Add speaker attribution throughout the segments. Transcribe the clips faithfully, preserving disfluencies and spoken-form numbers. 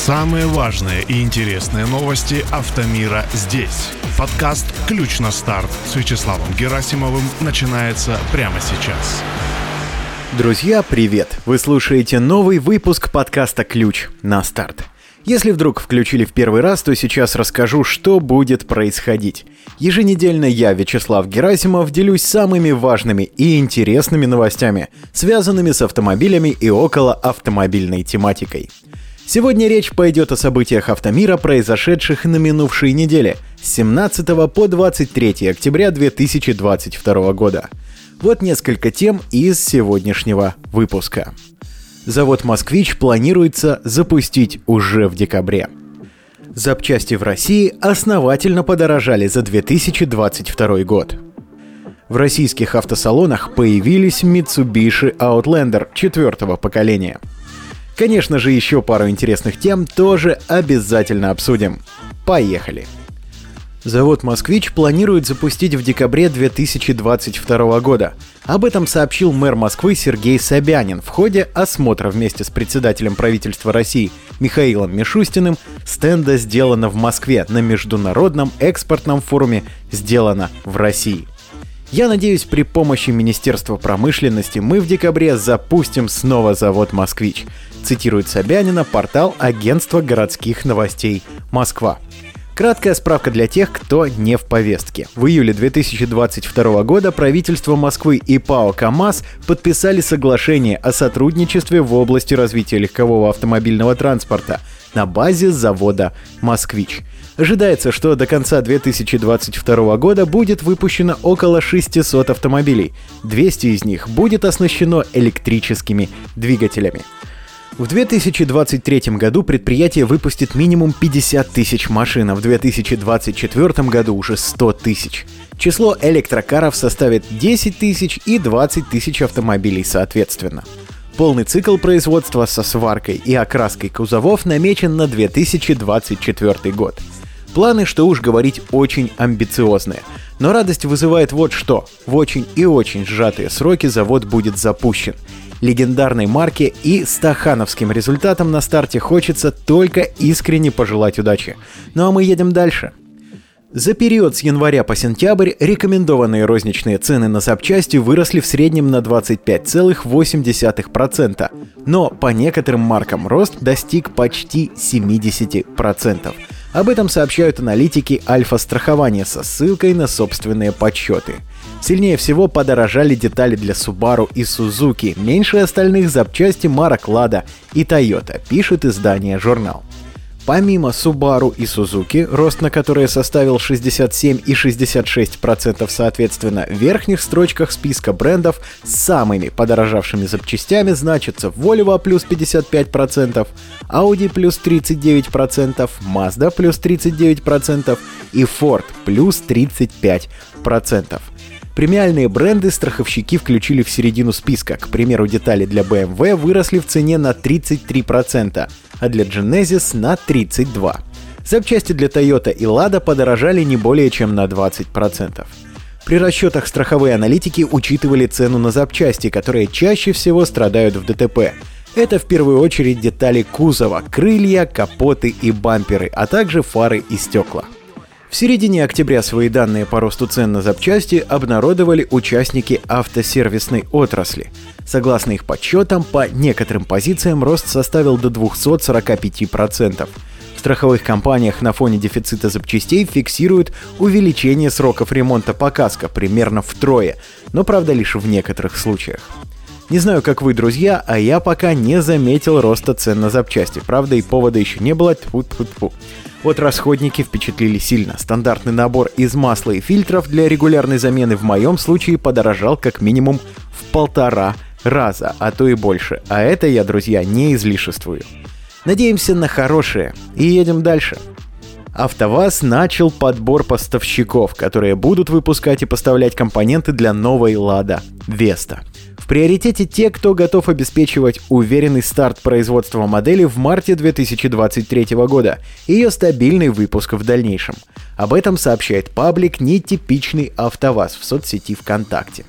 Speaker 1: Самые важные и интересные новости автомира здесь. Подкаст «Ключ на старт» с Вячеславом Герасимовым начинается прямо сейчас.
Speaker 2: Друзья, привет! Вы слушаете новый выпуск подкаста «Ключ на старт». Если вдруг включили в первый раз, то сейчас расскажу, что будет происходить. Еженедельно я, Вячеслав Герасимов, делюсь самыми важными и интересными новостями, связанными с автомобилями и около автомобильной тематикой. Сегодня речь пойдет о событиях автомира, произошедших на минувшей неделе, с семнадцатого по двадцать третье октября две тысячи двадцать второго года. Вот несколько тем из сегодняшнего выпуска. Завод «Москвич» планируется запустить уже в декабре. Запчасти в России основательно подорожали за две тысячи двадцать второй год. В российских автосалонах появились Mitsubishi Outlander четвертого поколения. Конечно же, еще пару интересных тем тоже обязательно обсудим. Поехали! Завод «Москвич» планирует запустить в декабре две тысячи двадцать второго года. Об этом сообщил мэр Москвы Сергей Собянин в ходе осмотра вместе с председателем правительства России Михаилом Мишустиным стенда «Сделано в Москве» на международном экспортном форуме «Сделано в России». Я надеюсь, при помощи Министерства промышленности мы в декабре запустим снова завод «Москвич», цитирует Собянина портал агентства городских новостей «Москва». Краткая справка для тех, кто не в повестке. В июле две тысячи двадцать второго года правительство Москвы и ПАО «КамАЗ» подписали соглашение о сотрудничестве в области развития легкового автомобильного транспорта на базе завода «Москвич». Ожидается, что до конца две тысячи двадцать второго года будет выпущено около шестьсот автомобилей. двести из них будет оснащено электрическими двигателями. В две тысячи двадцать третьем году предприятие выпустит минимум пятьдесят тысяч машин, а в две тысячи двадцать четвёртом году уже сто тысяч. Число электрокаров составит десять тысяч и двадцать тысяч автомобилей соответственно. Полный цикл производства со сваркой и окраской кузовов намечен на две тысячи двадцать четвёртый год. Планы, что уж говорить, очень амбициозные. Но радость вызывает вот что. В очень и очень сжатые сроки завод будет запущен. Легендарной марке и стахановским результатам на старте хочется только искренне пожелать удачи. Ну а мы едем дальше. За период с января по сентябрь рекомендованные розничные цены на запчасти выросли в среднем на двадцать пять целых восемь десятых процента. Но по некоторым маркам рост достиг почти семьдесят процентов. Об этом сообщают аналитики Альфа-страхования со ссылкой на собственные подсчеты. Сильнее всего подорожали детали для Subaru и Suzuki, меньше остальных запчасти марок Lada и Toyota, пишет издание «Журнал». Помимо Subaru и Suzuki, рост на которые составил шестьдесят семь и шестьдесят шесть процентов соответственно, в верхних строчках списка брендов с самыми подорожавшими запчастями значатся Volvo плюс пятьдесят пять процентов, Audi плюс тридцать девять процентов, Mazda плюс тридцать девять процентов и Ford плюс тридцать пять процентов. Премиальные бренды страховщики включили в середину списка. К примеру, детали для бэ эм вэ выросли в цене на тридцать три процента, а для Genesis на тридцать два процента. Запчасти для Toyota и Lada подорожали не более чем на двадцать процентов. При расчетах страховые аналитики учитывали цену на запчасти, которые чаще всего страдают в дэ тэ пэ. Это в первую очередь детали кузова, крылья, капоты и бамперы, а также фары и стекла. В середине октября свои данные по росту цен на запчасти обнародовали участники автосервисной отрасли. Согласно их подсчетам, по некоторым позициям рост составил до двести сорок пять процентов. В страховых компаниях на фоне дефицита запчастей фиксируют увеличение сроков ремонта по каско примерно втрое, но правда лишь в некоторых случаях. Не знаю, как вы, друзья, а я пока не заметил роста цен на запчасти. Правда, и повода еще не было. Тьфу-тьфу-тьфу. Вот расходники впечатлили сильно. Стандартный набор из масла и фильтров для регулярной замены в моем случае подорожал как минимум в полтора раза, а то и больше. А это я, друзья, не излишествую. Надеемся на хорошее и едем дальше. АвтоВАЗ начал подбор поставщиков, которые будут выпускать и поставлять компоненты для новой Lada Vesta. В приоритете те, кто готов обеспечивать уверенный старт производства модели в марте две тысячи двадцать третьего года и ее стабильный выпуск в дальнейшем. Об этом сообщает паблик «Нетипичный АвтоВАЗ» в соцсети ВКонтакте.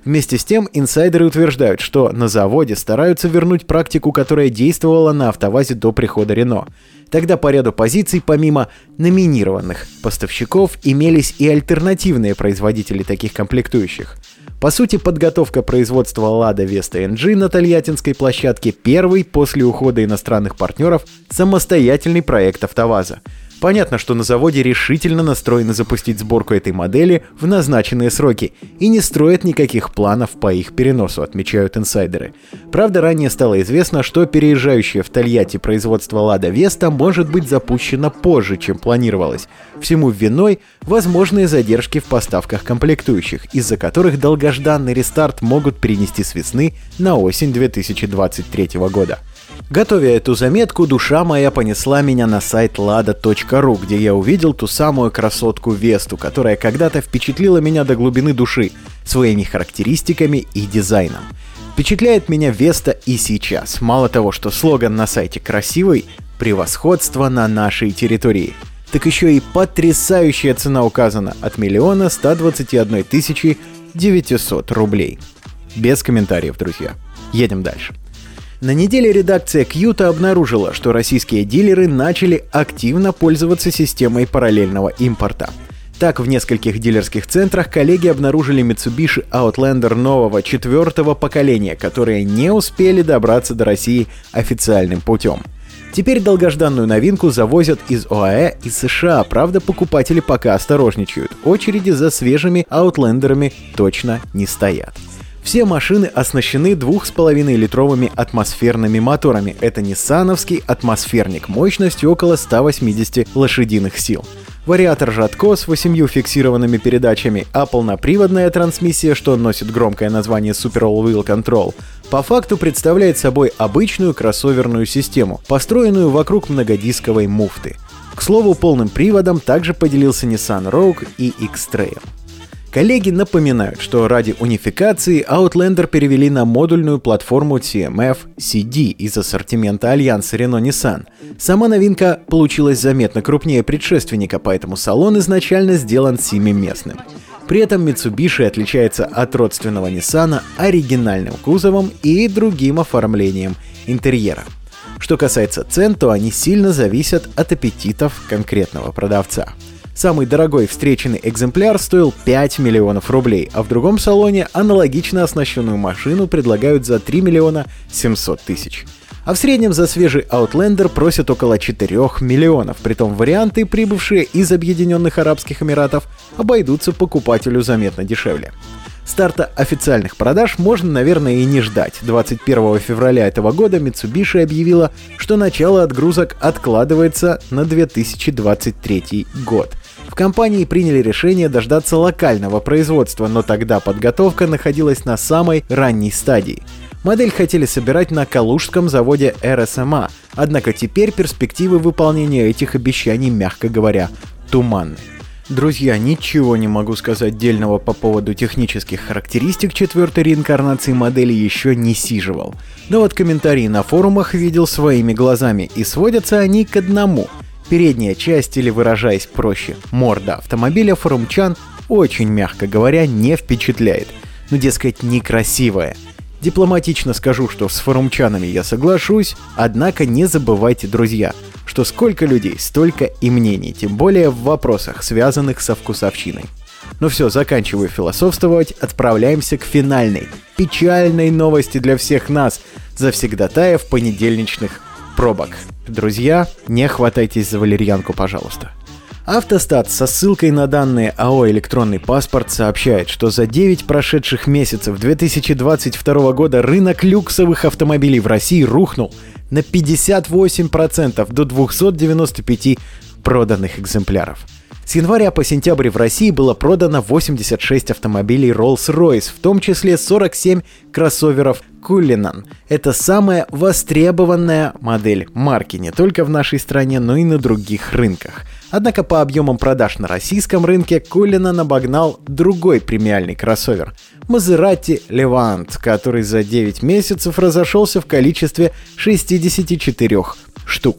Speaker 2: Вместе с тем, инсайдеры утверждают, что на заводе стараются вернуть практику, которая действовала на АвтоВАЗе до прихода Рено. Тогда по ряду позиций, помимо номинированных поставщиков, имелись и альтернативные производители таких комплектующих. По сути, подготовка производства Lada Vesta эм джи на тольяттинской площадке – первый после ухода иностранных партнеров самостоятельный проект АвтоВАЗа. Понятно, что на заводе решительно настроены запустить сборку этой модели в назначенные сроки и не строят никаких планов по их переносу, отмечают инсайдеры. Правда, ранее стало известно, что переезжающее в Тольятти производство Lada Vesta может быть запущено позже, чем планировалось. Всему виной возможные задержки в поставках комплектующих, из-за которых долгожданный рестарт могут перенести с весны на осень две тысячи двадцать третьего года. Готовя эту заметку, душа моя понесла меня на сайт лада точка ру, где я увидел ту самую красотку Весту, которая когда-то впечатлила меня до глубины души своими характеристиками и дизайном. Впечатляет меня Веста и сейчас. Мало того, что слоган на сайте красивый, превосходство на нашей территории, так еще и потрясающая цена указана от миллиона ста двадцати одной тысячи девятисот рублей. Без комментариев, друзья. Едем дальше. На неделе редакция Кьюта обнаружила, что российские дилеры начали активно пользоваться системой параллельного импорта. Так, в нескольких дилерских центрах коллеги обнаружили Mitsubishi Outlander нового четвертого поколения, которые не успели добраться до России официальным путем. Теперь долгожданную новинку завозят из ОАЭ и США, правда, покупатели пока осторожничают. Очереди за свежими Outlander'ами точно не стоят. Все машины оснащены двух с половиной литровыми атмосферными моторами. Это ниссановский атмосферник мощностью около ста восьмидесяти лошадиных сил. Вариатор Жатко с восемью фиксированными передачами, а полноприводная трансмиссия, что носит громкое название Super All-Wheel Control, по факту представляет собой обычную кроссоверную систему, построенную вокруг многодисковой муфты. К слову, полным приводом также поделился Nissan Rogue и X-Trail. Коллеги напоминают, что ради унификации Outlander перевели на модульную платформу си эм эф си ди из ассортимента альянса Renault-Nissan. Сама новинка получилась заметно крупнее предшественника, поэтому салон изначально сделан семиместным. При этом Mitsubishi отличается от родственного Nissan оригинальным кузовом и другим оформлением интерьера. Что касается цен, то они сильно зависят от аппетитов конкретного продавца. Самый дорогой встреченный экземпляр стоил пять миллионов рублей, а в другом салоне аналогично оснащенную машину предлагают за три миллиона семьсот тысяч. А в среднем за свежий Outlander просят около четырёх миллионов, притом варианты, прибывшие из Объединенных Арабских Эмиратов, обойдутся покупателю заметно дешевле. Старта официальных продаж можно, наверное, и не ждать. двадцать первого февраля этого года Mitsubishi объявила, что начало отгрузок откладывается на две тысячи двадцать третий год. В компании приняли решение дождаться локального производства, но тогда подготовка находилась на самой ранней стадии. Модель хотели собирать на калужском заводе эр эс эм а, однако теперь перспективы выполнения этих обещаний, мягко говоря, туманны. Друзья, ничего не могу сказать дельного по поводу технических характеристик четвертой реинкарнации модели еще не сиживал. Но вот комментарии на форумах видел своими глазами, и сводятся они к одному. Передняя часть, или выражаясь проще, морда автомобиля форумчан очень, мягко говоря, не впечатляет. Ну, дескать, некрасивая. Дипломатично скажу, что с форумчанами я соглашусь, однако не забывайте, друзья, что сколько людей, столько и мнений, тем более в вопросах, связанных со вкусовщиной. Ну все, заканчиваю философствовать, отправляемся к финальной, печальной новости для всех нас, завсегдатаев понедельничных пробок. Друзья, не хватайтесь за валерьянку, пожалуйста. Автостат со ссылкой на данные АО «Электронный паспорт» сообщает, что за девять прошедших месяцев две тысячи двадцать второго года рынок люксовых автомобилей в России рухнул на пятьдесят восемь процентов до двухсот девяноста пяти проданных экземпляров. С января по сентябрь в России было продано восемьдесят шесть автомобилей Rolls-Royce, в том числе сорок семь кроссоверов Cullinan. Это самая востребованная модель марки не только в нашей стране, но и на других рынках. Однако по объемам продаж на российском рынке Cullinan обогнал другой премиальный кроссовер – Maserati Levant, который за девять месяцев разошелся в количестве шестидесяти четырёх штук.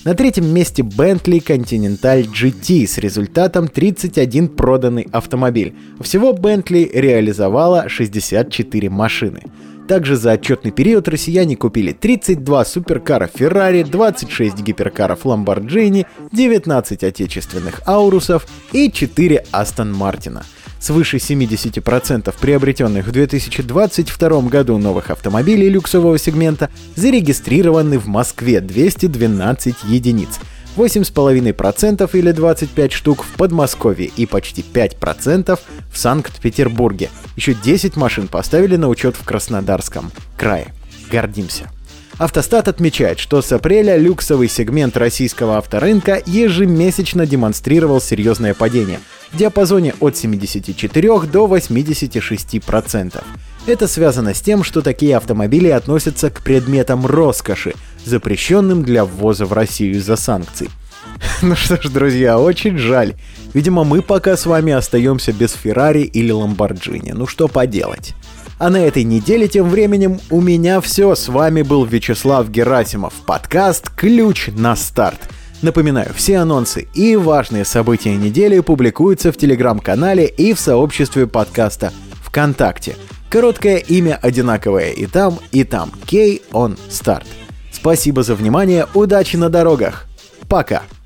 Speaker 2: На третьем месте Bentley Continental джи ти с результатом тридцать один проданный автомобиль. Всего Bentley реализовала шестьдесят четыре машины. Также за отчетный период россияне купили тридцать два суперкара Ferrari, двадцать шесть гиперкаров Lamborghini, девятнадцать отечественных Аурусов и четыре Aston Martin. Свыше семьдесят процентов приобретенных в две тысячи двадцать втором году новых автомобилей люксового сегмента зарегистрированы в Москве, двести двенадцать единиц, восемь целых пять десятых процента или двадцать пять штук в Подмосковье и почти пять процентов в Санкт-Петербурге. Еще десять машин поставили на учет в Краснодарском крае. Гордимся. Автостат отмечает, что с апреля люксовый сегмент российского авторынка ежемесячно демонстрировал серьезное падение в диапазоне от семидесяти четырёх до восьмидесяти шести процентов. Это связано с тем, что такие автомобили относятся к предметам роскоши, запрещенным для ввоза в Россию из-за санкций. Ну что ж, друзья, очень жаль. Видимо, мы пока с вами остаемся без Ferrari или Lamborghini. Ну что поделать. А на этой неделе тем временем у меня все. С вами был Вячеслав Герасимов. Подкаст «Ключ на старт». Напоминаю, все анонсы и важные события недели публикуются в телеграм-канале и в сообществе подкаста ВКонтакте. Короткое имя одинаковое и там, и там. K on Start. Спасибо за внимание, удачи на дорогах. Пока.